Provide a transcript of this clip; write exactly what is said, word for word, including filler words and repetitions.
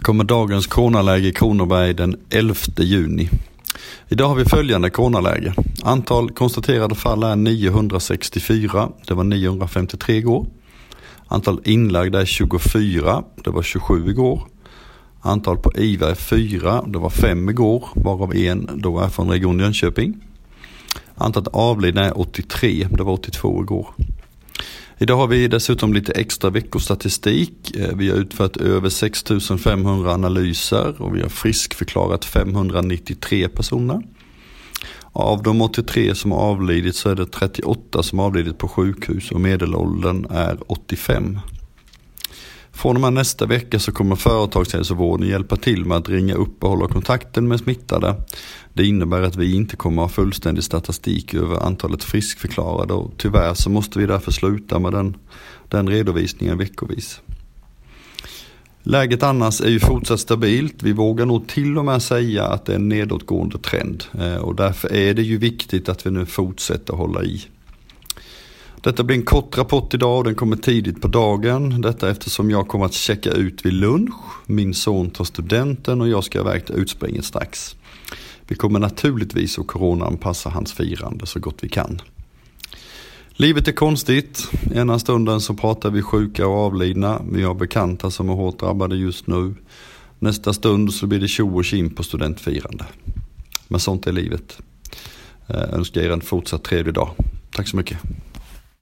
Kommer dagens coronaläge i Kronoberg den elfte juni. Idag har vi följande coronaläge. Antal konstaterade fall är niohundrasextiofyra, det var niohundrafemtiotre igår. Antal inlagda är tjugofyra, det var tjugosju igår. Antal på I V A är fyra, det var fem igår, varav en då är från Region Jönköping. Antalet avlidna är åttiotre, det var åttiotvå igår. Idag har vi dessutom lite extra veckostatistik. Vi har utfört över sex tusen femhundra analyser och vi har friskförklarat femhundranittiotre personer. Av de åttiotre som har avlidit så är det trettioåtta som har avlidit på sjukhus och medelåldern är åttiofem. Från och med nästa vecka så kommer företagshälsovården hjälpa till med att ringa upp och hålla kontakten med smittade. Det innebär att vi inte kommer att ha fullständig statistik över antalet friskförklarade och tyvärr så måste vi därför sluta med den, den redovisningen veckovis. Läget annars är ju fortsatt stabilt. Vi vågar nog till och med säga att det är en nedåtgående trend och därför är det ju viktigt att vi nu fortsätter hålla i. Detta blir en kort rapport idag och den kommer tidigt på dagen. Detta eftersom jag kommer att checka ut vid lunch. Min son tar studenten och jag ska iväg till utspringet strax. Vi kommer naturligtvis att coronaanpassa hans firande så gott vi kan. Livet är konstigt. Ena stunden så pratar vi sjuka och avlidna. Vi har bekanta som är hårt drabbade just nu. Nästa stund så blir det tjo och kim på studentfirande. Men sånt är livet. Jag önskar er en fortsatt trevlig dag. Tack så mycket.